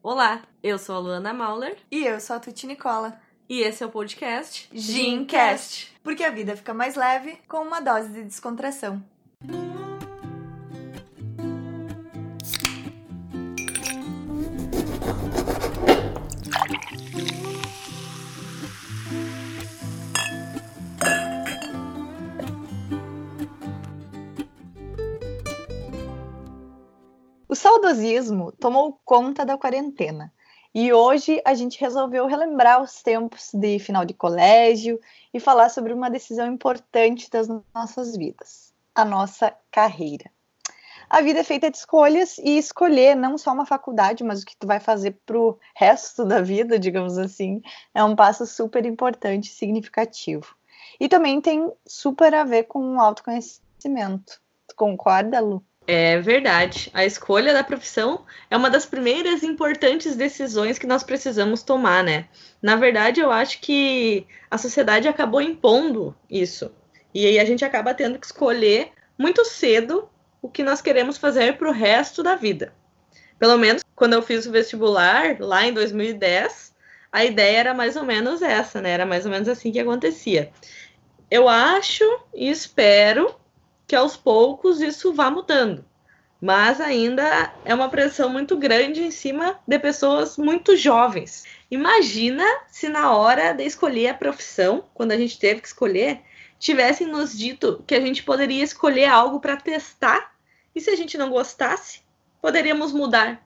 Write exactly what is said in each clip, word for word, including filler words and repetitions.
Olá, eu sou a Luana Mauler. E eu sou a Tuti Nicola. E esse é o podcast Gincast. Porque a vida fica mais leve com uma dose de descontração. O saudosismo tomou conta da quarentena e hoje a gente resolveu relembrar os tempos de final de colégio e falar sobre uma decisão importante das nossas vidas, a nossa carreira. A vida é feita de escolhas e escolher não só uma faculdade, mas o que tu vai fazer pro resto da vida, digamos assim, é um passo super importante e significativo. E também tem super a ver com o autoconhecimento. Tu concorda, Lu? É verdade. A escolha da profissão é uma das primeiras importantes decisões que nós precisamos tomar, né? Na verdade, eu acho que a sociedade acabou impondo isso. E aí a gente acaba tendo que escolher muito cedo o que nós queremos fazer para o resto da vida. Pelo menos quando eu fiz o vestibular, lá em dois mil e dez, a ideia era mais ou menos essa, né? Era mais ou menos assim que acontecia. Eu acho e espero que aos poucos isso vá mudando, mas ainda é uma pressão muito grande em cima de pessoas muito jovens. Imagina se na hora de escolher a profissão, quando a gente teve que escolher, tivessem nos dito que a gente poderia escolher algo para testar e se a gente não gostasse, poderíamos mudar.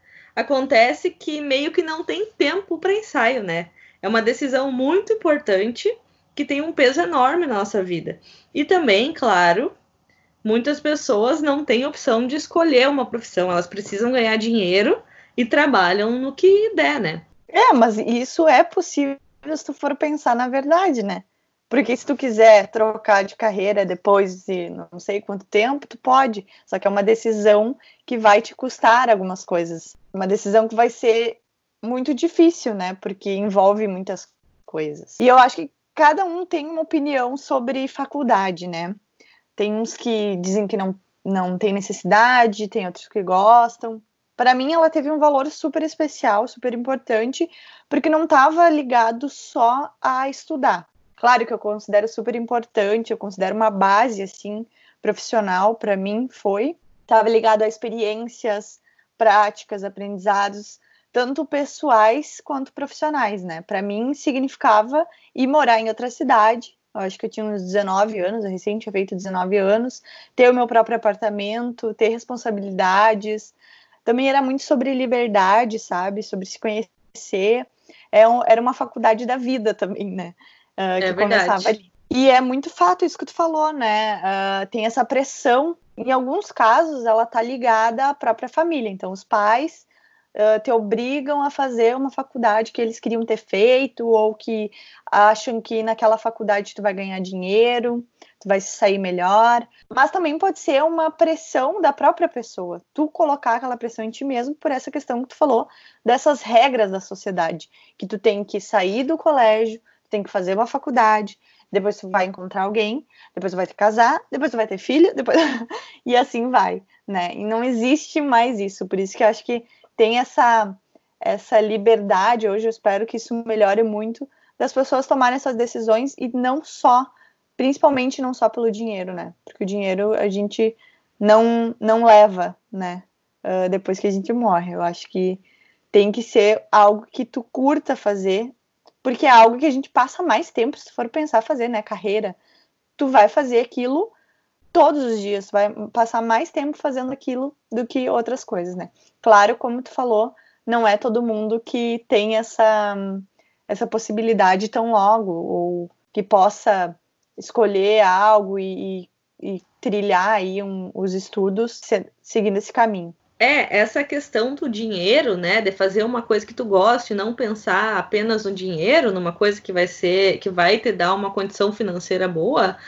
Acontece que meio que não tem tempo para ensaio, né? É uma decisão muito importante que tem um peso enorme na nossa vida. E também, claro, muitas pessoas não têm opção de escolher uma profissão, elas precisam ganhar dinheiro e trabalham no que der, né? É, mas isso é possível se tu for pensar na verdade, né? Porque se tu quiser trocar de carreira depois de não sei quanto tempo, tu pode. Só que é uma decisão que vai te custar algumas coisas. Uma decisão que vai ser muito difícil, né? Porque envolve muitas coisas. E eu acho que cada um tem uma opinião sobre faculdade, né? Tem uns que dizem que não, não tem necessidade, tem outros que gostam. Para mim, ela teve um valor super especial, super importante, porque não estava ligado só a estudar. Claro que eu considero super importante, eu considero uma base, assim, profissional, para mim foi. Estava ligado a experiências, práticas, aprendizados, tanto pessoais quanto profissionais, né? Para mim, significava ir morar em outra cidade. Eu acho que eu tinha uns dezenove anos, eu recém tinha feito dezenove anos, ter o meu próprio apartamento, ter responsabilidades. Também era muito sobre liberdade, sabe? Sobre se conhecer. É um, era uma faculdade da vida também, né? Uh, que é começava ali. E é muito fato isso que tu falou, né? Uh, tem essa pressão. Em alguns casos, ela tá ligada à própria família. Então, os pais uh, te obrigam a fazer uma faculdade que eles queriam ter feito, ou que acham que naquela faculdade tu vai ganhar dinheiro, tu vai sair melhor. Mas também pode ser uma pressão da própria pessoa. Tu colocar aquela pressão em ti mesmo por essa questão que tu falou, dessas regras da sociedade. Que tu tem que sair do colégio, tem que fazer uma faculdade, depois tu vai encontrar alguém, depois tu vai te casar, depois tu vai ter filho, depois... e assim vai, né? E não existe mais isso, por isso que eu acho que tem essa, essa liberdade hoje, eu espero que isso melhore muito, das pessoas tomarem essas decisões e não só, principalmente não só pelo dinheiro, né? Porque o dinheiro a gente não, não leva, né? Uh, depois que a gente morre. Eu acho que tem que ser algo que tu curta fazer, porque é algo que a gente passa mais tempo, se for pensar fazer, né, carreira. Tu vai fazer aquilo todos os dias, tu vai passar mais tempo fazendo aquilo do que outras coisas, né. Claro, como tu falou, não é todo mundo que tem essa, essa possibilidade tão logo, ou que possa escolher algo e, e, e trilhar aí um, os estudos se, seguindo esse caminho. É, essa questão do dinheiro, né, de fazer uma coisa que tu goste, não pensar apenas no dinheiro, numa coisa que vai ser, que vai te dar uma condição financeira boa,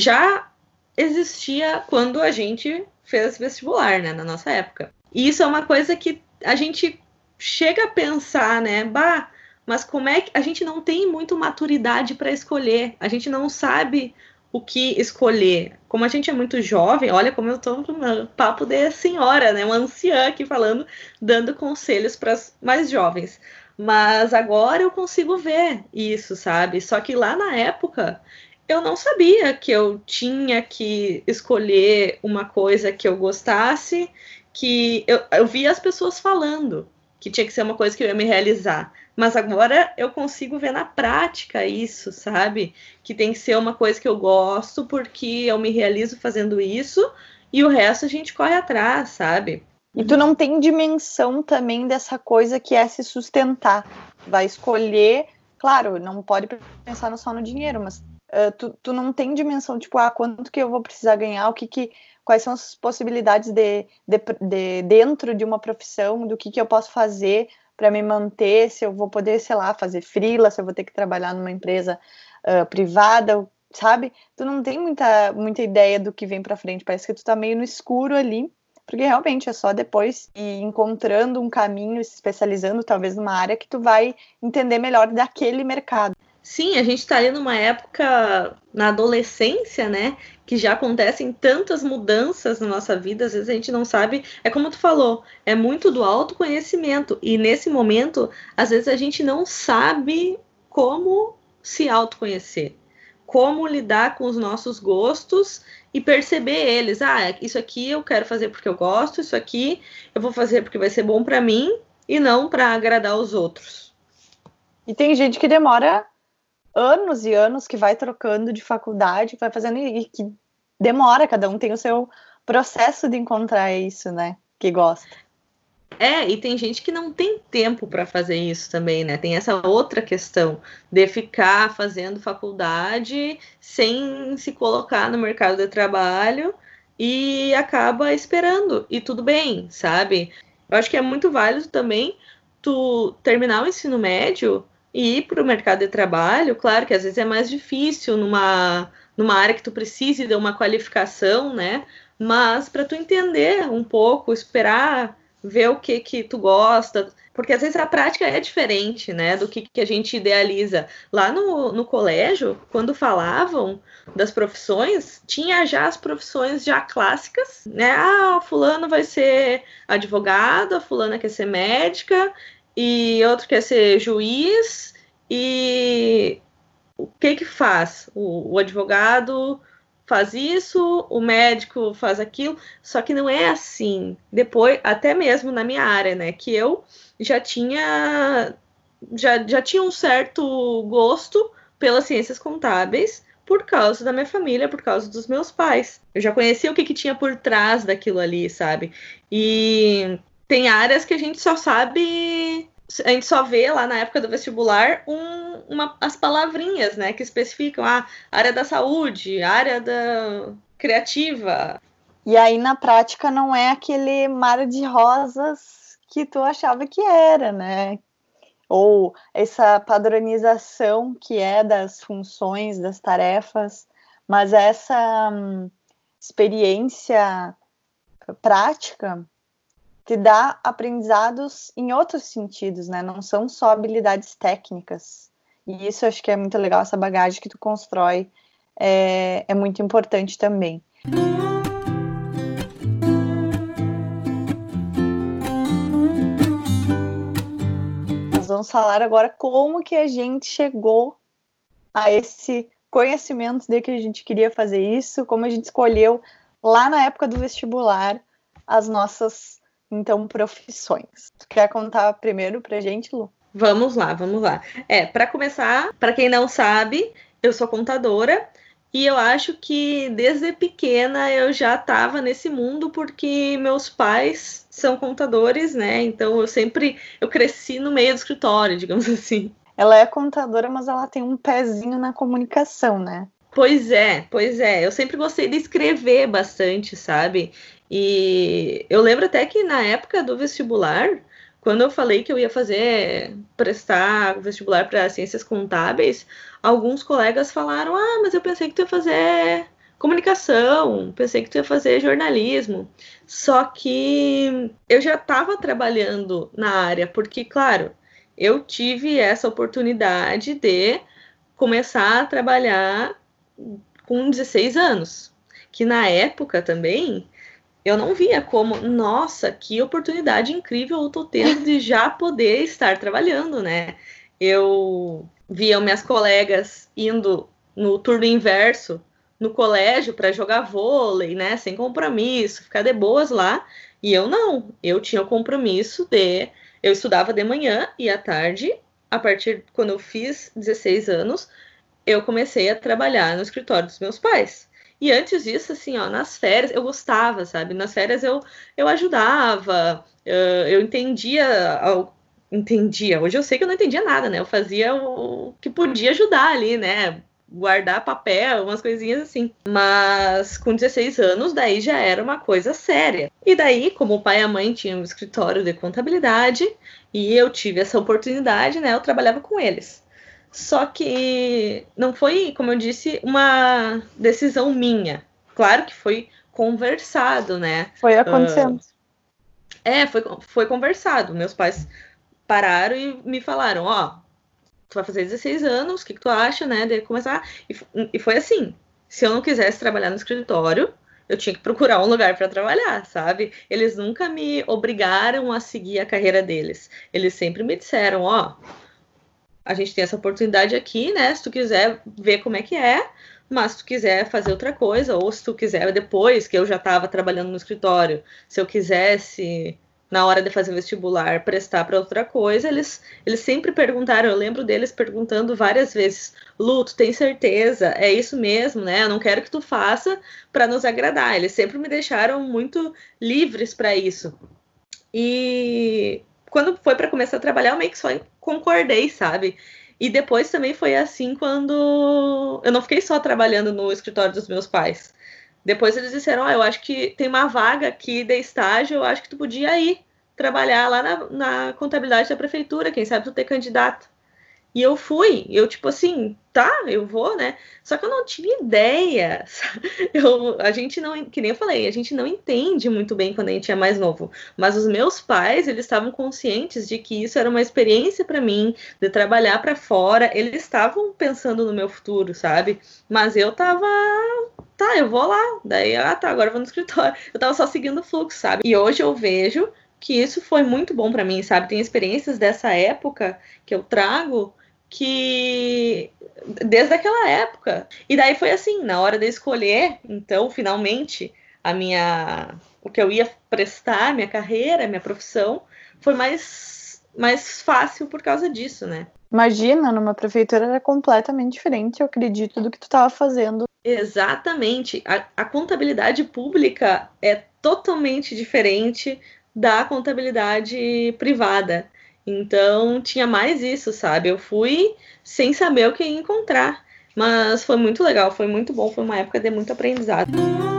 já existia quando a gente fez vestibular, né, na nossa época. E isso é uma coisa que a gente chega a pensar, né, bah, mas como é que a gente não tem muito maturidade para escolher, a gente não sabe o que escolher. Como a gente é muito jovem, olha como eu tô no papo de senhora, né? Uma anciã aqui falando, dando conselhos para as mais jovens. Mas agora eu consigo ver isso, sabe? Só que lá na época eu não sabia que eu tinha que escolher uma coisa que eu gostasse, que eu, eu via as pessoas falando que tinha que ser uma coisa que eu ia me realizar. Mas agora eu consigo ver na prática isso, sabe? Que tem que ser uma coisa que eu gosto, porque eu me realizo fazendo isso, e o resto a gente corre atrás, sabe? E tu não tem dimensão também dessa coisa que é se sustentar. Vai escolher, claro, não pode pensar só no dinheiro, mas uh, tu, tu não tem dimensão, tipo, ah, quanto que eu vou precisar ganhar, o que que, quais são as possibilidades de, de, de dentro de uma profissão, do que que eu posso fazer para me manter, se eu vou poder, sei lá, fazer freela, se eu vou ter que trabalhar numa empresa uh, privada, sabe? Tu não tem muita, muita ideia do que vem para frente, parece que tu tá meio no escuro ali, porque realmente é só depois ir encontrando um caminho, se especializando talvez numa área que tu vai entender melhor daquele mercado. Sim, a gente está ali numa época, na adolescência, né, que já acontecem tantas mudanças na nossa vida, às vezes a gente não sabe, é como tu falou, é muito do autoconhecimento, e nesse momento, às vezes a gente não sabe como se autoconhecer, como lidar com os nossos gostos e perceber eles, ah, isso aqui eu quero fazer porque eu gosto, isso aqui eu vou fazer porque vai ser bom para mim, e não para agradar os outros. E tem gente que demora anos e anos, que vai trocando de faculdade, vai fazendo, e que demora, cada um tem o seu processo de encontrar isso, né, que gosta. É, e tem gente que não tem tempo para fazer isso também, né, tem essa outra questão de ficar fazendo faculdade sem se colocar no mercado de trabalho e acaba esperando, e tudo bem, sabe? Eu acho que é muito válido também tu terminar o ensino médio e ir para o mercado de trabalho. Claro que às vezes é mais difícil numa, numa área que tu precise de uma qualificação, né? Mas para tu entender um pouco, esperar, ver o que que tu gosta, porque às vezes a prática é diferente, né, do que, que a gente idealiza. Lá no, no colégio, quando falavam das profissões, tinha já as profissões já clássicas, né? Ah, fulano vai ser advogado, a fulana quer ser médica, e outro quer ser juiz, e o que que faz? O, o advogado faz isso, o médico faz aquilo, só que não é assim. Depois, até mesmo na minha área, né, que eu já tinha, já, já tinha um certo gosto pelas ciências contábeis, por causa da minha família, por causa dos meus pais. Eu já conhecia o que, que tinha por trás daquilo ali, sabe? E tem áreas que a gente só sabe, a gente só vê lá na época do vestibular um, uma, as palavrinhas, né, que especificam a ah, área da saúde, área da criativa. E aí na prática não é aquele mar de rosas que tu achava que era, né? Ou essa padronização que é das funções, das tarefas, mas essa hum, experiência prática te dá aprendizados em outros sentidos, né? Não são só habilidades técnicas. E isso eu acho que é muito legal, essa bagagem que tu constrói é, é muito importante também. Nós vamos falar agora como que a gente chegou a esse conhecimento de que a gente queria fazer isso, como a gente escolheu lá na época do vestibular as nossas, então, profissões. Tu quer contar primeiro pra gente, Lu? Vamos lá, vamos lá. É, para começar, para quem não sabe, eu sou contadora e eu acho que desde pequena eu já estava nesse mundo porque meus pais são contadores, né? Então eu sempre, eu cresci no meio do escritório, digamos assim. Ela é contadora, mas ela tem um pezinho na comunicação, né? Pois é, pois é. Eu sempre gostei de escrever bastante, sabe? E eu lembro até que na época do vestibular, quando eu falei que eu ia fazer, prestar vestibular para ciências contábeis, alguns colegas falaram, ah, mas eu pensei que tu ia fazer comunicação, pensei que tu ia fazer jornalismo. Só que eu já estava trabalhando na área, porque, claro, eu tive essa oportunidade de começar a trabalhar com dezesseis anos, que na época também eu não via como, nossa, que oportunidade incrível eu tô tendo de já poder estar trabalhando, né? Eu via minhas colegas indo no turno inverso no colégio para jogar vôlei, né? Sem compromisso, ficar de boas lá. E eu não, eu tinha o compromisso de... Eu estudava de manhã e à tarde, a partir de quando eu fiz dezesseis anos, eu comecei a trabalhar no escritório dos meus pais. E antes disso, assim, ó, nas férias, eu gostava, sabe? Nas férias eu, eu ajudava, eu entendia, entendia. Hoje eu sei que eu não entendia nada, né? Eu fazia o que podia ajudar ali, né? Guardar papel, umas coisinhas assim. Mas com dezesseis anos, daí já era uma coisa séria. E daí, como o pai e a mãe tinham um escritório de contabilidade, e eu tive essa oportunidade, né? Eu trabalhava com eles. Só que não foi, como eu disse, uma decisão minha. Claro que foi conversado, né? Foi acontecendo. Uh, é, foi, foi conversado. Meus pais pararam e me falaram, ó, oh, tu vai fazer dezesseis anos, o que, que tu acha, né? De começar. E, e foi assim, se eu não quisesse trabalhar no escritório, eu tinha que procurar um lugar para trabalhar, sabe? Eles nunca me obrigaram a seguir a carreira deles. Eles sempre me disseram, ó, oh, a gente tem essa oportunidade aqui, né? Se tu quiser ver como é que é, mas se tu quiser fazer outra coisa, ou se tu quiser depois, que eu já estava trabalhando no escritório, se eu quisesse, na hora de fazer vestibular, prestar para outra coisa, eles, eles sempre perguntaram, eu lembro deles perguntando várias vezes, Lu, tu tem certeza? É isso mesmo, né? Eu não quero que tu faça para nos agradar. Eles sempre me deixaram muito livres para isso. E quando foi para começar a trabalhar, eu meio que só concordei, sabe? E depois também foi assim quando eu não fiquei só trabalhando no escritório dos meus pais. Depois eles disseram, ó, oh, eu acho que tem uma vaga aqui de estágio, eu acho que tu podia ir trabalhar lá na, na contabilidade da prefeitura, quem sabe tu ter candidato. E eu fui, eu tipo assim, tá, eu vou, né? Só que eu não tinha ideia. Eu, a gente não, que nem eu falei, a gente não entende muito bem quando a gente é mais novo. Mas os meus pais, eles estavam conscientes de que isso era uma experiência para mim, de trabalhar para fora. Eles estavam pensando no meu futuro, sabe? Mas eu tava, tá, eu vou lá. Daí, ah, tá, agora eu vou no escritório. Eu tava só seguindo o fluxo, sabe? E hoje eu vejo que isso foi muito bom para mim, sabe? Tem experiências dessa época que eu trago que desde aquela época. E daí foi assim, na hora de escolher, então, finalmente, a minha o que eu ia prestar, minha carreira, minha profissão, foi mais, mais fácil por causa disso, né? Imagina, numa prefeitura era completamente diferente, eu acredito, do que tu estava fazendo. Exatamente. A, a contabilidade pública é totalmente diferente da contabilidade privada. Então, tinha mais isso, sabe? Eu fui sem saber o que ia encontrar. Mas foi muito legal, foi muito bom, foi uma época de muito aprendizado.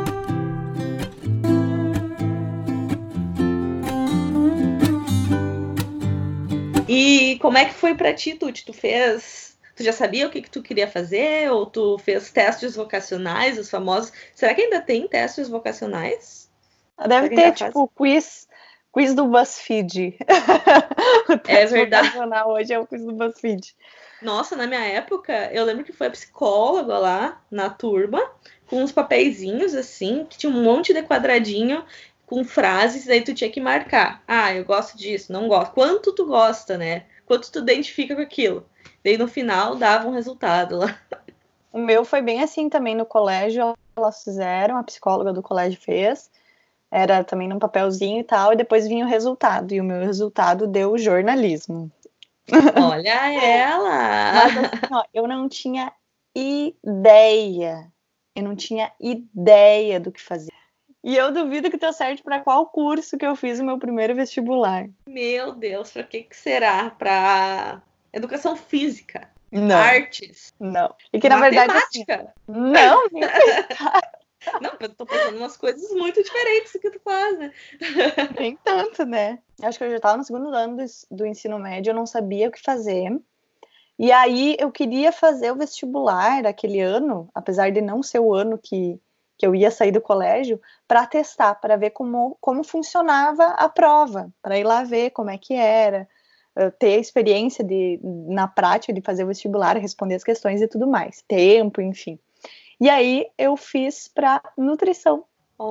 E como é que foi pra ti, Tuti? Tu fez... Tu já sabia o que, que tu queria fazer? Ou tu fez testes vocacionais, os famosos... Será que ainda tem testes vocacionais? Deve ter, tipo, quiz... Quiz do BuzzFeed. O é verdade. Hoje é o quiz do BuzzFeed. Nossa, na minha época, eu lembro que foi a psicóloga lá na turma, com uns papeizinhos assim, que tinha um monte de quadradinho com frases, daí tu tinha que marcar. Ah, eu gosto disso, não gosto. Quanto tu gosta, né? Quanto tu identifica com aquilo. Daí no final dava um resultado lá. O meu foi bem assim também no colégio, elas fizeram, a psicóloga do colégio fez. Era também num papelzinho e tal, e depois vinha o resultado. E o meu resultado deu jornalismo. Olha ela! Mas assim, ó, eu não tinha ideia. Eu não tinha ideia do que fazer. E eu duvido que deu certo para qual curso que eu fiz o meu primeiro vestibular. Meu Deus, para que que será? Para educação física? Não. Artes? Não. E que matemática? Na verdade, assim, não, nem Não, eu tô pensando em umas coisas muito diferentes do que tu faz, né? Nem tanto, né? Acho que eu já tava no segundo ano do, do ensino médio, eu não sabia o que fazer. E aí eu queria fazer o vestibular aquele ano, apesar de não ser o ano que, que eu ia sair do colégio, para testar, para ver como, como funcionava a prova, para ir lá ver como é que era, ter a experiência de, na prática de fazer o vestibular, responder as questões e tudo mais, tempo, enfim. E aí eu fiz para nutrição.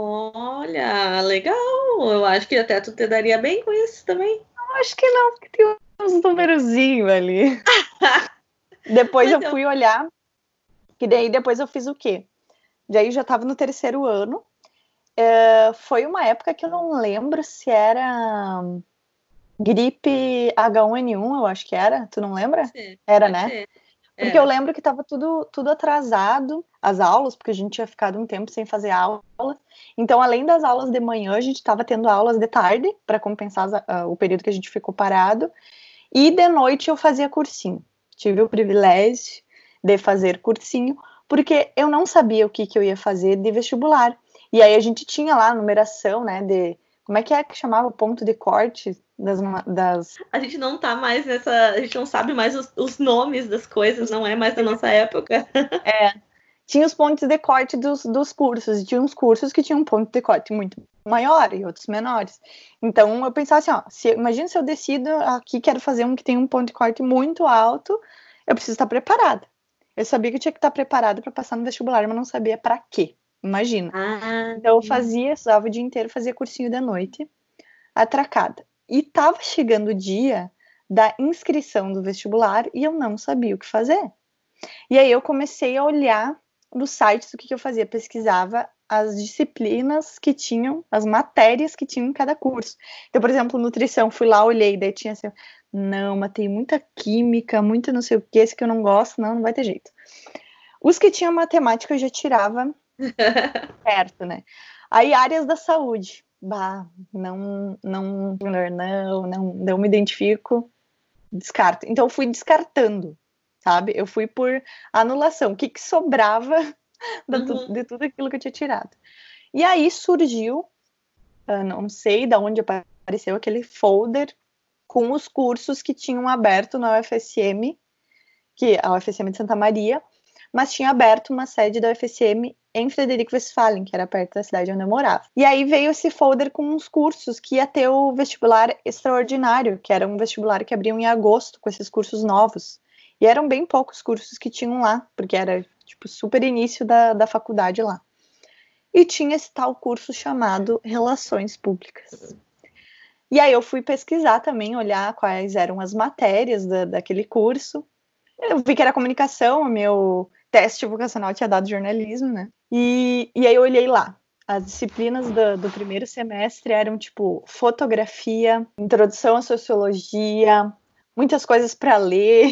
Olha, legal. Eu acho que até tu te daria bem com isso também. Eu acho que não, porque tem uns numerozinhos ali. Depois Mas eu eu... fui olhar, que daí depois eu fiz o quê? Daí eu já estava no terceiro ano. É, foi uma época que eu não lembro se era gripe H um N um, eu acho que era. Tu não lembra? Pode ser, Era, pode né? ser. Porque eu Era. lembro que estava tudo, tudo atrasado, as aulas, porque a gente tinha ficado um tempo sem fazer aula. Então, além das aulas de manhã, a gente estava tendo aulas de tarde, para compensar uh, o período que a gente ficou parado. E de noite eu fazia cursinho. Tive o privilégio de fazer cursinho, porque eu não sabia o que, que eu ia fazer de vestibular. E aí a gente tinha lá a numeração, né, de... Como é que é que chamava o ponto de corte das... das... A gente não tá mais nessa... A gente não sabe mais os, os nomes das coisas, não é mais da nossa época. É, tinha os pontos de corte dos, dos cursos, e tinha uns cursos que tinham um ponto de corte muito maior e outros menores. Então eu pensava assim, ó, se, imagina se eu decido aqui, quero fazer um que tem um ponto de corte muito alto, eu preciso estar preparada. Eu sabia que eu tinha que estar preparada para passar no vestibular, mas não sabia para quê. Imagina. Ah. Então eu fazia, estudava o dia inteiro, fazia cursinho da noite, atracada. E tava chegando o dia da inscrição do vestibular e eu não sabia o que fazer. E aí eu comecei a olhar nos sites o que, que eu fazia, pesquisava as disciplinas que tinham, as matérias que tinham em cada curso. Então, por exemplo, nutrição, fui lá, olhei, daí tinha assim, não, mas tem muita química, muita não sei o que, esse que eu não gosto, não, não vai ter jeito. Os que tinham matemática eu já tirava perto, né? Aí áreas da saúde, bah, não, não, não, não, não me identifico, descarto. Então eu fui descartando, sabe? Eu fui por anulação. O que, que sobrava uhum. de tudo aquilo que eu tinha tirado? E aí surgiu, não sei de onde apareceu aquele folder com os cursos que tinham aberto na U F S M, que a U F S M de Santa Maria, mas tinha aberto uma sede da U F S M em Frederico Westphalen, que era perto da cidade onde eu morava. E aí veio esse folder com uns cursos que ia ter o vestibular extraordinário, que era um vestibular que abriam em agosto com esses cursos novos. E eram bem poucos cursos que tinham lá, porque era tipo super início da, da faculdade lá. E tinha esse tal curso chamado Relações Públicas. E aí eu fui pesquisar também, olhar quais eram as matérias da, daquele curso. Eu vi que era comunicação, o meu teste vocacional tinha dado jornalismo, né? E, e aí eu olhei lá. As disciplinas do, do primeiro semestre eram tipo fotografia, introdução à sociologia, muitas coisas para ler.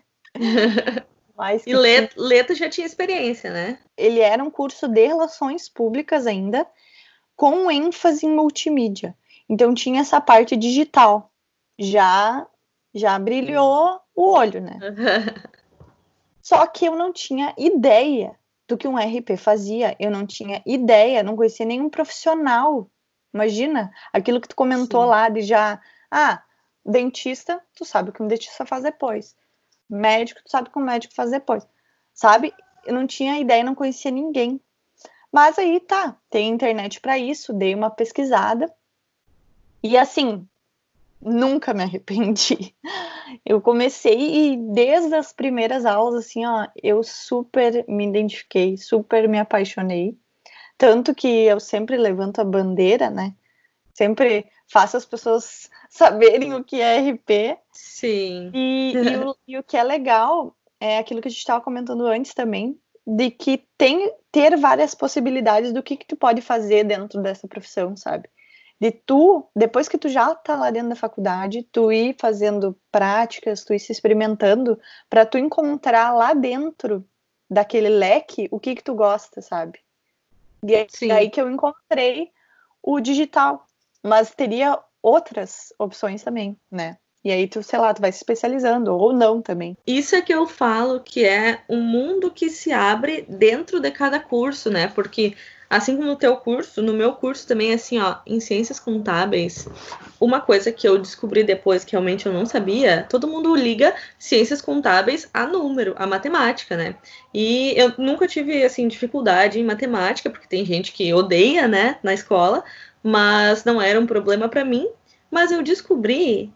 E Leto, Leto já tinha experiência, né? Ele era um curso de relações públicas ainda, com ênfase em multimídia. Então tinha essa parte digital. Já, já brilhou o olho, né? Só que eu não tinha ideia do que um R P fazia. Eu não tinha ideia, não conhecia nenhum profissional. Imagina, aquilo que tu comentou Sim. lá de já... Ah, dentista, tu sabe o que um dentista faz depois. Médico, tu sabe o que um médico faz depois. Sabe? Eu não tinha ideia, não conhecia ninguém. Mas aí tá, tem internet para isso, dei uma pesquisada. E assim, nunca me arrependi. Eu comecei e desde as primeiras aulas, assim, ó, eu super me identifiquei, super me apaixonei. Tanto que eu sempre levanto a bandeira, né? Sempre faço as pessoas saberem o que é R P. Sim. E, e, o, e o que é legal é aquilo que a gente estava comentando antes também, de que tem ter várias possibilidades do que, que tu pode fazer dentro dessa profissão, sabe? De tu, depois que tu já tá lá dentro da faculdade, tu ir fazendo práticas, tu ir se experimentando, para tu encontrar lá dentro daquele leque o que que tu gosta, sabe? E é Sim. aí que eu encontrei o digital, mas teria outras opções também, né? E aí tu, sei lá, tu vai se especializando, ou não também. Isso é que eu falo que é um mundo que se abre dentro de cada curso, né? Porque assim como no teu curso, no meu curso também, assim, ó, em ciências contábeis, uma coisa que eu descobri depois que realmente eu não sabia, todo mundo liga ciências contábeis a número, a matemática, né? E eu nunca tive, assim, dificuldade em matemática, porque tem gente que odeia, né, na escola, mas não era um problema para mim. Mas eu descobri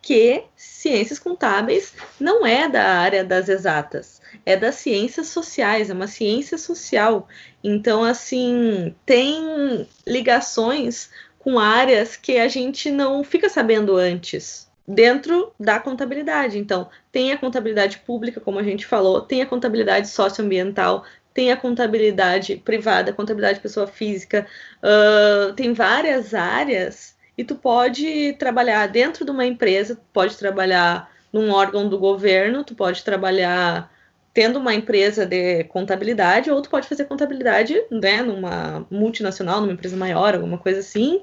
que ciências contábeis não é da área das exatas, é das ciências sociais, é uma ciência social. Então, assim, tem ligações com áreas que a gente não fica sabendo antes, dentro da contabilidade. Então, tem a contabilidade pública, como a gente falou, tem a contabilidade socioambiental, tem a contabilidade privada, a contabilidade pessoa física, uh, tem várias áreas e tu pode trabalhar dentro de uma empresa, tu pode trabalhar num órgão do governo, tu pode trabalhar tendo uma empresa de contabilidade, ou tu pode fazer contabilidade, né, numa multinacional, numa empresa maior, alguma coisa assim,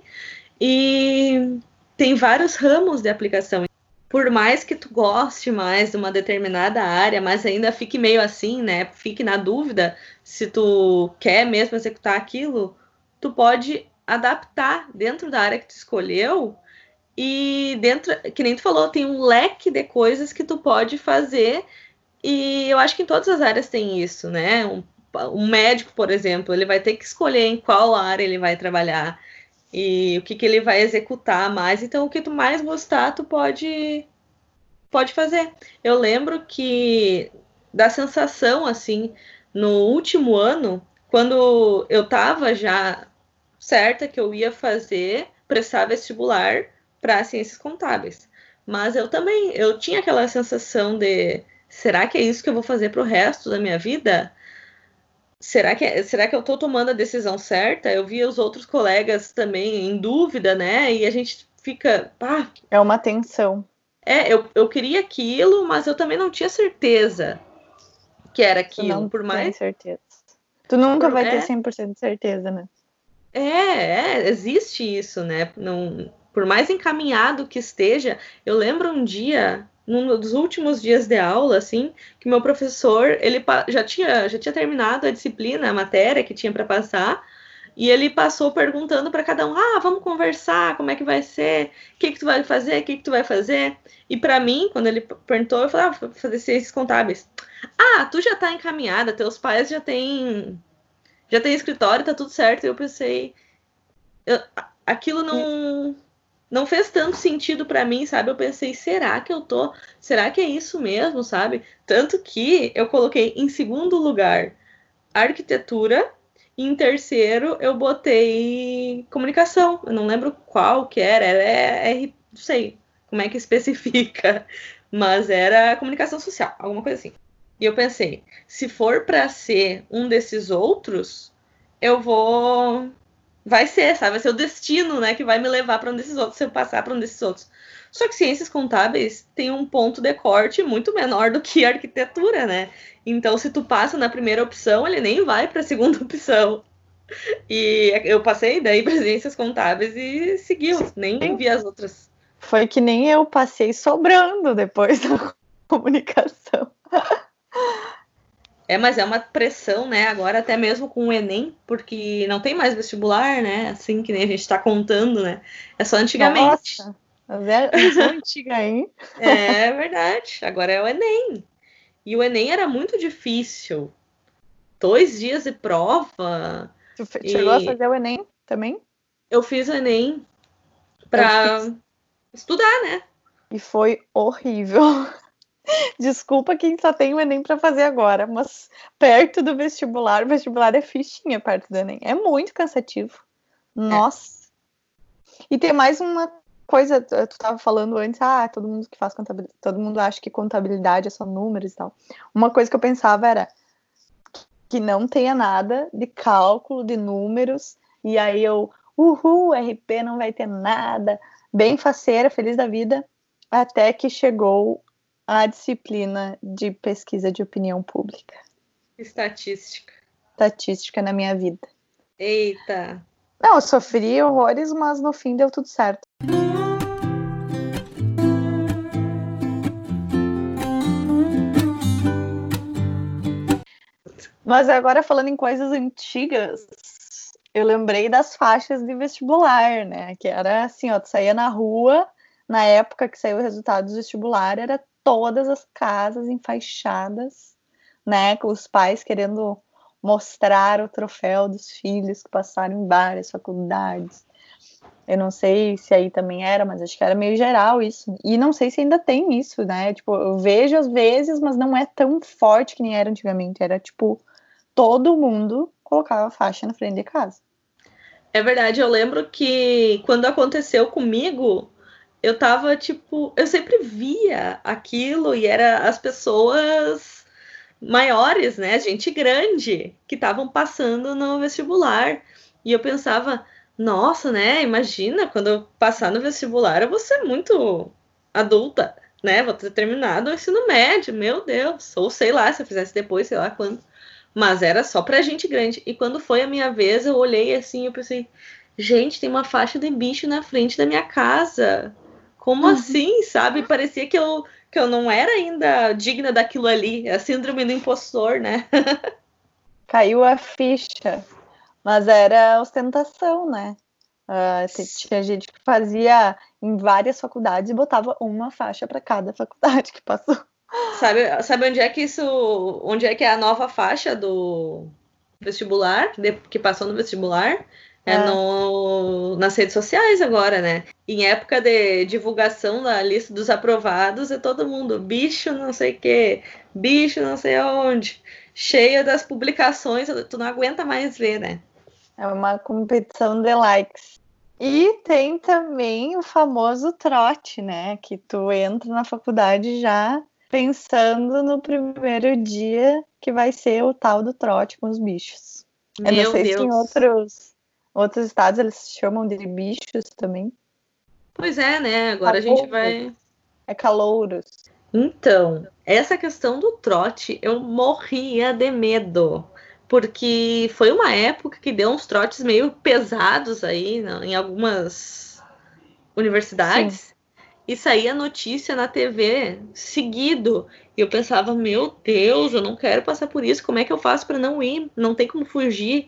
e tem vários ramos de aplicação. Por mais que tu goste mais de uma determinada área, mas ainda fique meio assim, né? Fique na dúvida se tu quer mesmo executar aquilo, tu pode adaptar dentro da área que tu escolheu e dentro, que nem tu falou, tem um leque de coisas que tu pode fazer e eu acho que em todas as áreas tem isso, né? Um, um médico, por exemplo, ele vai ter que escolher em qual área ele vai trabalhar e o que, que ele vai executar mais. Então, o que tu mais gostar, tu pode, pode fazer. Eu lembro que da sensação, assim, no último ano, quando eu tava já certa que eu ia fazer, prestar vestibular para ciências contábeis. Mas eu também, eu tinha aquela sensação de, será que é isso que eu vou fazer para o resto da minha vida? Será que, será que eu estou tomando a decisão certa? Eu via os outros colegas também em dúvida, né? E a gente fica, pá. É uma tensão. É, eu, eu queria aquilo, mas eu também não tinha certeza que era aquilo. Tu não por mais tem certeza. Tu nunca por, vai é, ter cem por cento de certeza, né? É, é, existe isso, né? Não, por mais encaminhado que esteja, eu lembro um dia, num dos últimos dias de aula, assim, que meu professor, ele já tinha, já tinha terminado a disciplina, a matéria que tinha para passar, e ele passou perguntando para cada um: ah, vamos conversar, como é que vai ser, o que que tu vai fazer, o que que tu vai fazer. E para mim, quando ele perguntou, eu falei: ah, vou fazer ciências contábeis. Ah, tu já tá encaminhada, teus pais já têm já tem escritório, tá tudo certo. E eu pensei, eu, aquilo não não fez tanto sentido para mim, sabe? Eu pensei, será que eu tô, será que é isso mesmo, sabe? Tanto que eu coloquei em segundo lugar arquitetura e em terceiro eu botei comunicação. Eu não lembro qual que era, era R, não sei como é que especifica, mas era comunicação social, alguma coisa assim. E eu pensei, se for para ser um desses outros, eu vou. Vai ser, sabe? Vai ser o destino, né? Que vai me levar para um desses outros, se eu passar para um desses outros. Só que ciências contábeis tem um ponto de corte muito menor do que arquitetura, né? Então, se tu passa na primeira opção, ele nem vai para a segunda opção. E eu passei daí para ciências contábeis e seguiu, nem vi as outras. Foi que nem eu passei sobrando depois da comunicação. É, mas é uma pressão, né? Agora até mesmo com o Enem, porque não tem mais vestibular, né? Assim que nem a gente está contando, né? É só antigamente. Nossa, eu sou antiga, hein? É verdade. Agora é o Enem. E o Enem era muito difícil. Dois dias de prova. Tu chegou a fazer o Enem também? Eu fiz o Enem para estudar, né? E foi horrível. Desculpa quem só tem o Enem para fazer agora, mas perto do vestibular, o vestibular é fichinha perto do Enem. É muito cansativo. Nossa. É. E tem mais uma coisa, tu estava falando antes, ah, todo mundo que faz contabilidade, todo mundo acha que contabilidade é só números e tal. Uma coisa que eu pensava era que não tenha nada de cálculo de números, e aí eu, uhul, R P não vai ter nada, bem faceira, feliz da vida, até que chegou a disciplina de pesquisa de opinião pública. Estatística. Estatística na minha vida. Eita! Não, eu sofri horrores, mas no fim deu tudo certo. Mas agora falando em coisas antigas, eu lembrei das faixas de vestibular, né? Que era assim, ó, tu saía na rua, na época que saiu o resultado do vestibular, era todas as casas enfaixadas, né? Com os pais querendo mostrar o troféu dos filhos que passaram em várias faculdades. Eu não sei se aí também era, mas acho que era meio geral isso. E não sei se ainda tem isso, né? Tipo, eu vejo às vezes, mas não é tão forte que nem era antigamente. Era tipo, todo mundo colocava faixa na frente de casa. É verdade, eu lembro que quando aconteceu comigo, eu tava tipo, eu sempre via aquilo e era as pessoas maiores, né? Gente grande que estavam passando no vestibular. E eu pensava, nossa, né? Imagina quando eu passar no vestibular, eu vou ser muito adulta, né? Vou ter terminado o ensino médio, meu Deus. Ou sei lá, se eu fizesse depois, sei lá quando. Mas era só pra gente grande. E quando foi a minha vez, eu olhei assim e eu pensei, gente, tem uma faixa de bicho na frente da minha casa. Como assim, sabe? Parecia que eu, que eu não era ainda digna daquilo ali. É a síndrome do impostor, né? Caiu a ficha. Mas era ostentação, né? Uh, tinha gente que fazia em várias faculdades e botava uma faixa para cada faculdade que passou. Sabe, sabe onde é que isso. Onde é que é a nova faixa do vestibular, que passou no vestibular? É Ah. no, nas redes sociais agora, né? Em época de divulgação da lista dos aprovados, é todo mundo, bicho não sei o quê, bicho não sei onde, cheia das publicações, tu não aguenta mais ver, né? É uma competição de likes. E tem também o famoso trote, né? Que tu entra na faculdade já pensando no primeiro dia que vai ser o tal do trote com os bichos. Meu Eu não sei Deus. se em outros, outros estados eles chamam de bichos também. Pois é, né? Agora Calouros. A gente vai... É calouros. Então, essa questão do trote, eu morria de medo. Porque foi uma época que deu uns trotes meio pesados aí, né, em algumas universidades. Sim. E saía notícia na T V seguido. E eu pensava, meu Deus, eu não quero passar por isso. Como é que eu faço para não ir? Não tem como fugir.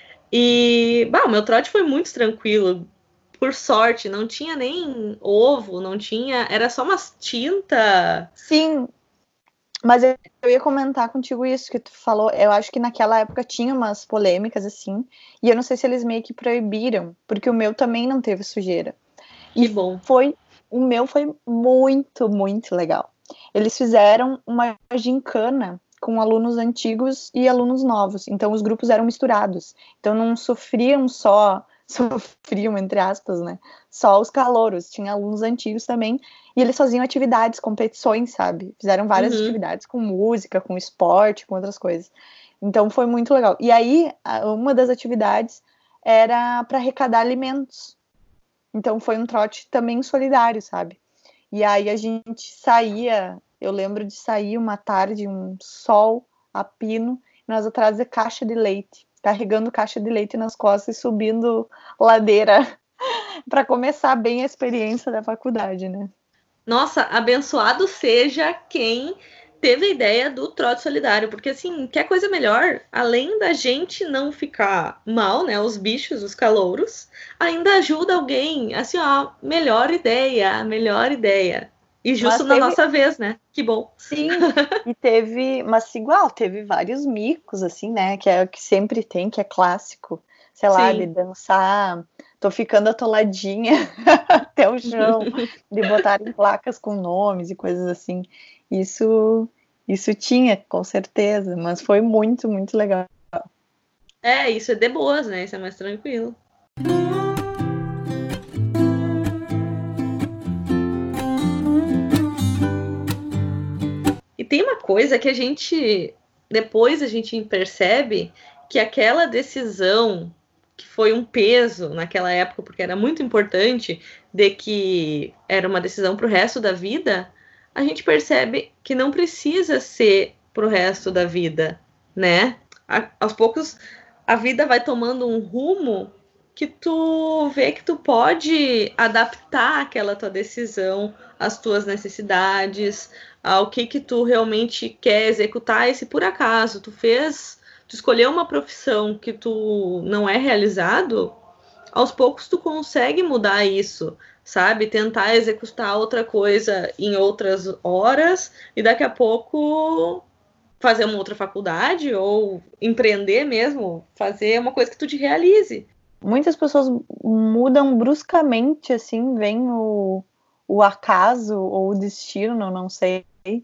E, bah, o meu trote foi muito tranquilo. Por sorte, não tinha nem ovo, não tinha... Era só umas tinta. Sim, mas eu ia comentar contigo isso que tu falou. Eu acho que naquela época tinha umas polêmicas, assim. E eu não sei se eles meio que proibiram. Porque o meu também não teve sujeira. Que e bom. Foi, o meu foi muito, muito legal. Eles fizeram uma gincana com alunos antigos e alunos novos. Então, os grupos eram misturados. Então, não sofriam só... Sofriam, entre aspas, né? Só os calouros. Tinha alunos antigos também. E eles faziam atividades, competições, sabe? Fizeram várias uhum. atividades com música, com esporte, com outras coisas. Então, foi muito legal. E aí, uma das atividades era para arrecadar alimentos. Então, foi um trote também solidário, sabe? E aí, a gente saía... Eu lembro de sair uma tarde, um sol a pino, e nós atrás de caixa de leite, carregando caixa de leite nas costas e subindo ladeira para começar bem a experiência da faculdade, né? Nossa, abençoado seja quem teve a ideia do trote solidário, porque assim, quer coisa melhor, além da gente não ficar mal, né, os bichos, os calouros, ainda ajuda alguém, assim, ó, melhor ideia, melhor ideia. E justo mas na teve... nossa vez, né? Que bom. Sim, e teve, mas igual, teve vários micos, assim, né, que é o que sempre tem, que é clássico, sei lá, Sim. de dançar, tô ficando atoladinha até o chão, de botarem placas com nomes e coisas assim. Isso, isso tinha, com certeza, mas foi muito, muito legal. É, isso é de boas, né? Isso é mais tranquilo. E tem uma coisa que a gente, depois a gente percebe que aquela decisão que foi um peso naquela época, porque era muito importante, de que era uma decisão para o resto da vida, a gente percebe que não precisa ser para o resto da vida, né? A, aos poucos, a vida vai tomando um rumo que tu vê que tu pode adaptar aquela tua decisão às tuas necessidades, ao que que tu realmente quer executar, e se por acaso tu fez, tu escolheu uma profissão que tu não é realizado, aos poucos tu consegue mudar isso, sabe? Tentar executar outra coisa em outras horas e daqui a pouco fazer uma outra faculdade ou empreender mesmo, fazer uma coisa que tu te realize. muitas pessoas mudam bruscamente, assim, vem o, o acaso ou o destino, não sei, e,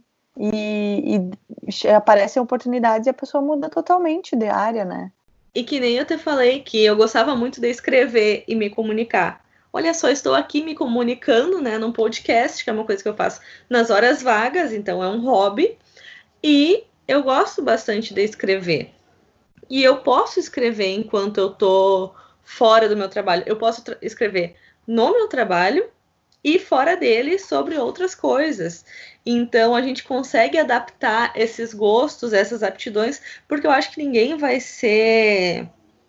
e aparecem oportunidades e a pessoa muda totalmente de área, né? E que nem eu te falei que eu gostava muito de escrever e me comunicar. Olha só, estou aqui me comunicando, né, num podcast, que é uma coisa que eu faço nas horas vagas, então é um hobby. E eu gosto bastante de escrever. E eu posso escrever enquanto eu tô fora do meu trabalho. Eu posso escrever no meu trabalho e fora dele sobre outras coisas. Então a gente consegue adaptar esses gostos, essas aptidões, porque eu acho que ninguém vai ser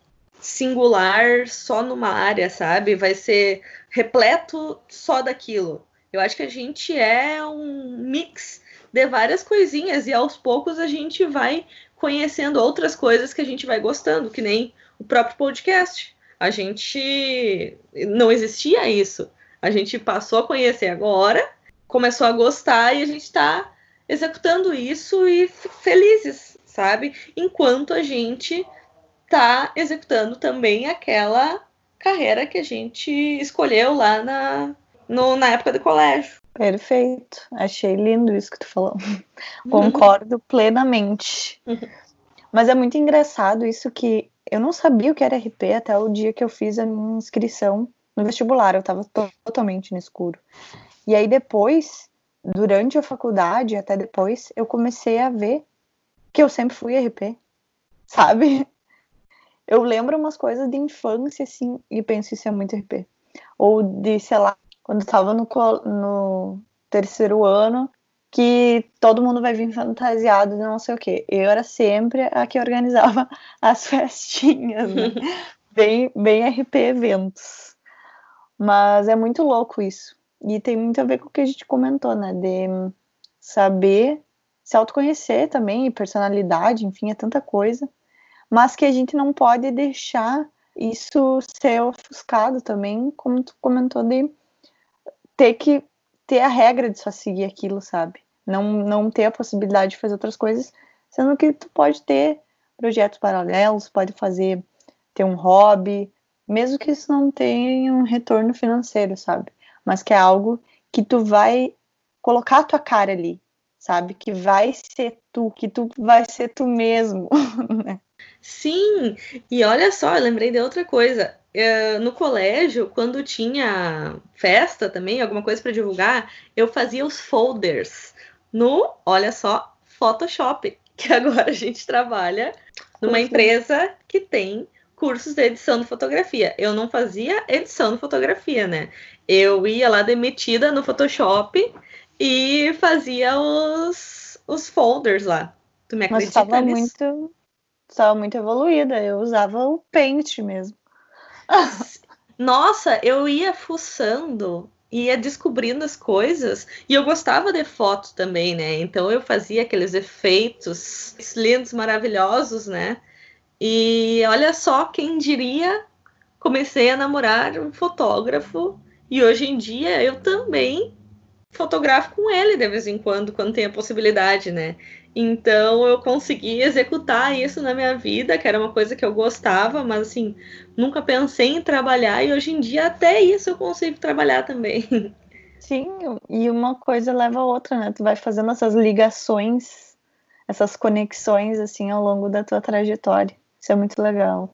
singular só numa área, sabe? Vai ser repleto só daquilo. Eu acho que a gente é um mix de várias coisinhas e aos poucos a gente vai conhecendo outras coisas que a gente vai gostando, que nem o próprio podcast. A gente não existia isso. A gente passou a conhecer agora, começou a gostar e a gente está executando isso e felizes, sabe? Enquanto a gente tá executando também aquela carreira que a gente escolheu lá na, no, na época do colégio. Perfeito. Achei lindo isso que tu falou. Concordo plenamente. Mas é muito engraçado isso que eu não sabia o que era R P até o dia que eu fiz a minha inscrição no vestibular. Eu estava totalmente no escuro. E aí depois, durante a faculdade, até depois, eu comecei a ver que eu sempre fui R P, sabe? Eu lembro umas coisas de infância, assim, e penso, isso é muito R P. Ou de, sei lá, quando eu tava no, no terceiro ano, que todo mundo vai vir fantasiado de não sei o quê. Eu era sempre a que organizava as festinhas, né? bem, bem R P eventos. Mas é muito louco isso. E tem muito a ver com o que a gente comentou, né? De saber se autoconhecer também, e personalidade, enfim, é tanta coisa. Mas que a gente não pode deixar isso ser ofuscado também, como tu comentou, de ter que ter a regra de só seguir aquilo, sabe? Não, não ter a possibilidade de fazer outras coisas, sendo que tu pode ter projetos paralelos, pode fazer, ter um hobby, mesmo que isso não tenha um retorno financeiro, sabe? Mas que é algo que tu vai colocar a tua cara ali, sabe? Que vai ser tu, que tu vai ser tu mesmo, né? Sim, e olha só, eu lembrei de outra coisa. Uh, no colégio, quando tinha festa também, alguma coisa para divulgar, eu fazia os folders no, olha só, Photoshop, que agora a gente trabalha numa empresa que tem cursos de edição de fotografia. Eu não fazia edição de fotografia, né? Eu ia lá demitida no Photoshop e fazia os, os folders lá. Tu me acredita Mas tava nisso? muito estava muito evoluída, eu usava o Paint mesmo. Nossa, eu ia fuçando, ia descobrindo as coisas, e eu gostava de fotos também, né? Então eu fazia aqueles efeitos lindos, maravilhosos, né? E olha só, quem diria, comecei a namorar um fotógrafo, e hoje em dia eu também fotografo com ele de vez em quando, quando tem a possibilidade, né? Então eu consegui executar isso na minha vida, que era uma coisa que eu gostava, mas assim, nunca pensei em trabalhar e hoje em dia até isso eu consigo trabalhar também. Sim, e uma coisa leva a outra, né? Tu vai fazendo essas ligações, essas conexões assim ao longo da tua trajetória. Isso é muito legal.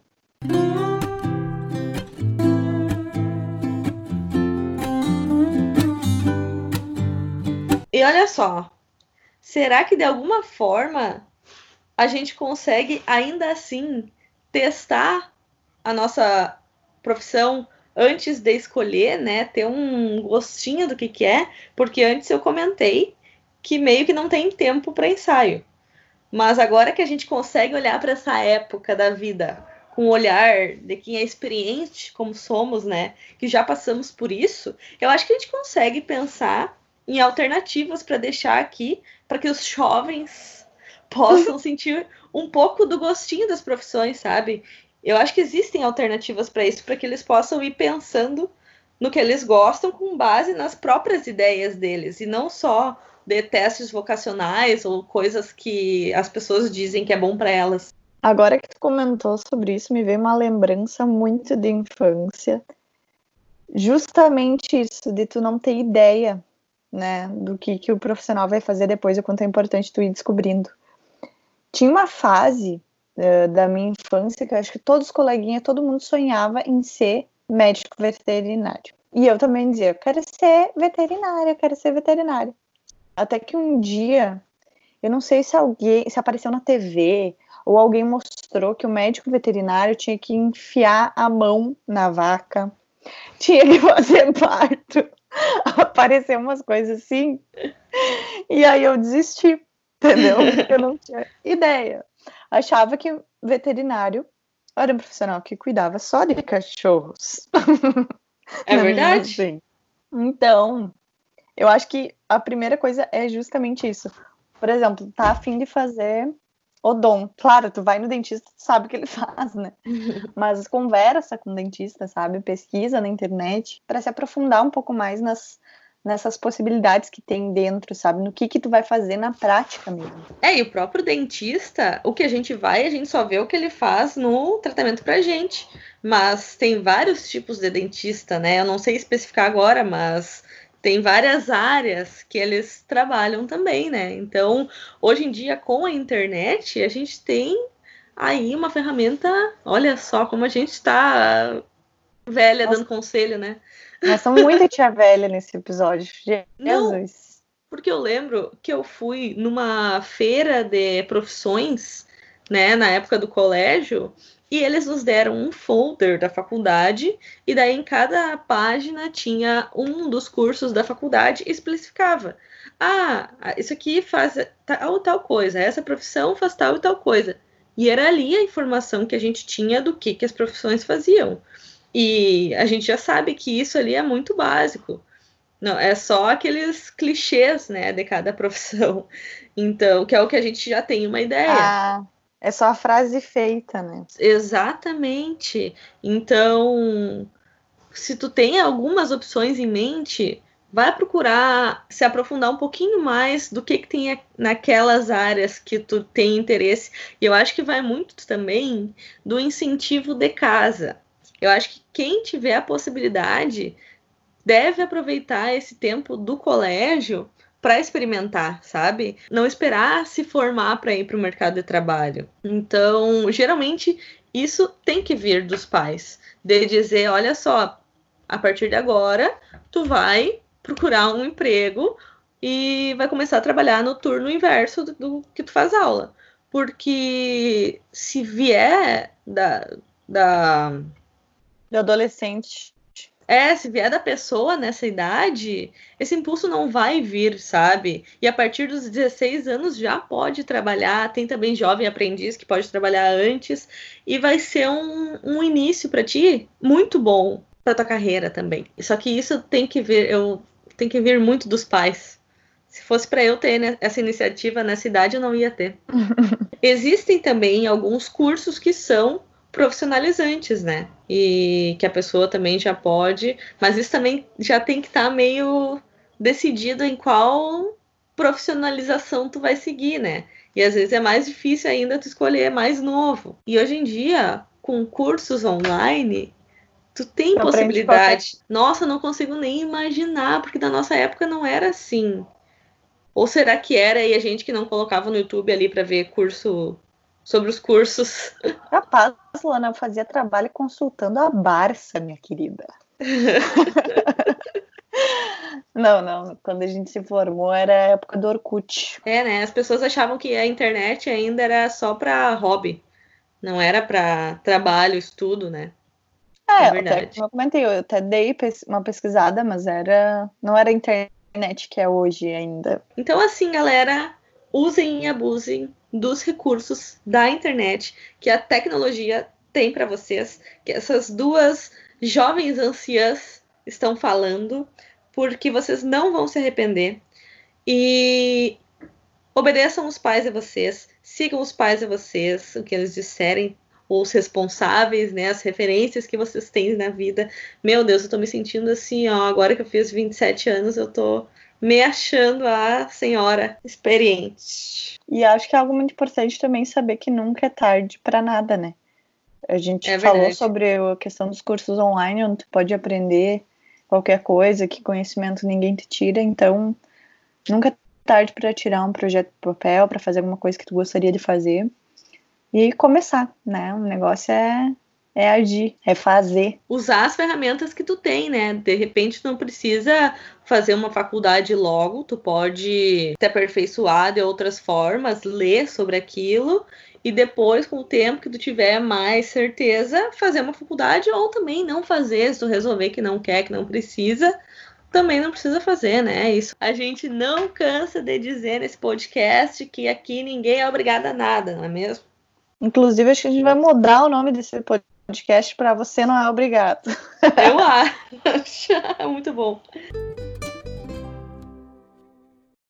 E olha só, será que de alguma forma a gente consegue ainda assim testar a nossa profissão antes de escolher, né? Ter um gostinho do que, que é, porque antes eu comentei que meio que não tem tempo para ensaio. Mas agora que a gente consegue olhar para essa época da vida com o olhar de quem é experiente, como somos, né? Que já passamos por isso, eu acho que a gente consegue pensar em alternativas para deixar aqui para que os jovens possam sentir um pouco do gostinho das profissões, sabe? Eu acho que existem alternativas para isso, para que eles possam ir pensando no que eles gostam com base nas próprias ideias deles, e não só de testes vocacionais ou coisas que as pessoas dizem que é bom para elas. Agora que tu comentou sobre isso, me veio uma lembrança muito de infância. Justamente isso, de tu não ter ideia, né, do que, que o profissional vai fazer depois, o quanto é importante tu ir descobrindo. Tinha uma fase uh, da minha infância que eu acho que todos os coleguinhas, todo mundo sonhava em ser médico veterinário. E eu também dizia, eu quero ser veterinária, eu quero ser veterinária. Até que um dia, eu não sei se alguém, se apareceu na T V, ou alguém mostrou que o médico veterinário tinha que enfiar a mão na vaca, tinha que fazer parto. Apareceu umas coisas assim. E aí eu desisti, entendeu? Eu não tinha ideia. Achava que veterinário era um profissional que cuidava só de cachorros. É verdade? Assim. Então, eu acho que a primeira coisa é justamente isso. Por exemplo, tá a fim de fazer odonto. Claro, tu vai no dentista, tu sabe o que ele faz, né? Mas conversa com o dentista, sabe? Pesquisa na internet para se aprofundar um pouco mais nas, nessas possibilidades que tem dentro, sabe? No que que tu vai fazer na prática mesmo. É, e o próprio dentista, o que a gente vai, a gente só vê o que ele faz no tratamento pra gente. Mas tem vários tipos de dentista, né? Eu não sei especificar agora, mas tem várias áreas que eles trabalham também, né? Então, hoje em dia, com a internet, a gente tem aí uma ferramenta, olha só como a gente está velha Nossa, dando conselho, né? nós somos muito tia velha nesse episódio. Jesus. Não, porque eu lembro que eu fui numa feira de profissões, né, na época do colégio, e eles nos deram um folder da faculdade, e daí em cada página tinha um dos cursos da faculdade e especificava. Ah, isso aqui faz tal ou tal coisa, essa profissão faz tal e tal coisa. E era ali a informação que a gente tinha do que, que as profissões faziam. E a gente já sabe que isso ali é muito básico. Não, é só aqueles clichês, né, de cada profissão. Então, que é o que a gente já tem uma ideia. Ah, é só a frase feita, né? Exatamente. Então, se tu tem algumas opções em mente, vai procurar se aprofundar um pouquinho mais do que, que tem naquelas áreas que tu tem interesse. E eu acho que vai muito também do incentivo de casa. Eu acho que quem tiver a possibilidade deve aproveitar esse tempo do colégio para experimentar, sabe? Não esperar se formar para ir para o mercado de trabalho. Então, geralmente, isso tem que vir dos pais, de dizer, olha só, a partir de agora, tu vai procurar um emprego e vai começar a trabalhar no turno inverso do, do que tu faz aula. Porque se vier da, da... Do adolescente. É, se vier da pessoa nessa idade, esse impulso não vai vir, sabe? E a partir dos dezesseis anos já pode trabalhar. Tem também jovem aprendiz que pode trabalhar antes. E vai ser um, um início para ti muito bom para tua carreira também. Só que isso tem que vir, eu, tem que vir muito dos pais. Se fosse para eu ter né, essa iniciativa nessa idade, eu não ia ter. Existem também alguns cursos que são profissionalizantes, né? E que a pessoa também já pode, mas isso também já tem que estar tá meio decidido em qual profissionalização tu vai seguir, né? E às vezes é mais difícil ainda tu escolher mais novo. E hoje em dia, com cursos online, tu tem Tu aprende possibilidade. Nossa, não consigo nem imaginar, porque da nossa época não era assim. Ou será que era e a gente que não colocava no YouTube ali para ver curso sobre os cursos? Capaz, Luana, fazia trabalho consultando a Barça, minha querida. Não, não. Quando a gente se formou era a época do Orkut. É, né? As pessoas achavam que a internet ainda era só para hobby. Não era para trabalho, estudo, né? É, É até verdade. como eu comentei, eu até dei uma pesquisada, mas era não era a internet que é hoje ainda. Então, assim, galera, usem e abusem dos recursos da internet que a tecnologia tem para vocês, que essas duas jovens anciãs estão falando, porque vocês não vão se arrepender. E obedeçam os pais a vocês, sigam os pais a vocês, o que eles disserem, os responsáveis, né, as referências que vocês têm na vida. Meu Deus, eu tô me sentindo assim, ó, agora que eu fiz vinte e sete anos, eu tô me achando a senhora experiente. E acho que é algo muito importante também saber que nunca é tarde para nada, né? A gente É falou verdade. sobre a questão dos cursos online, onde tu pode aprender qualquer coisa, que conhecimento ninguém te tira, então nunca é tarde para tirar um projeto do papel, para fazer alguma coisa que tu gostaria de fazer e começar, né? O negócio é, é agir, é fazer. Usar as ferramentas que tu tem, né? De repente, tu não precisa fazer uma faculdade logo, tu pode te aperfeiçoar de outras formas, ler sobre aquilo e depois, com o tempo que tu tiver mais certeza, fazer uma faculdade ou também não fazer, se tu resolver que não quer, que não precisa, também não precisa fazer, né? Isso a gente não cansa de dizer nesse podcast que aqui ninguém é obrigado a nada, não é mesmo? Inclusive, acho que a gente vai mudar o nome desse podcast para Você Não É Obrigado. Eu acho. Muito bom.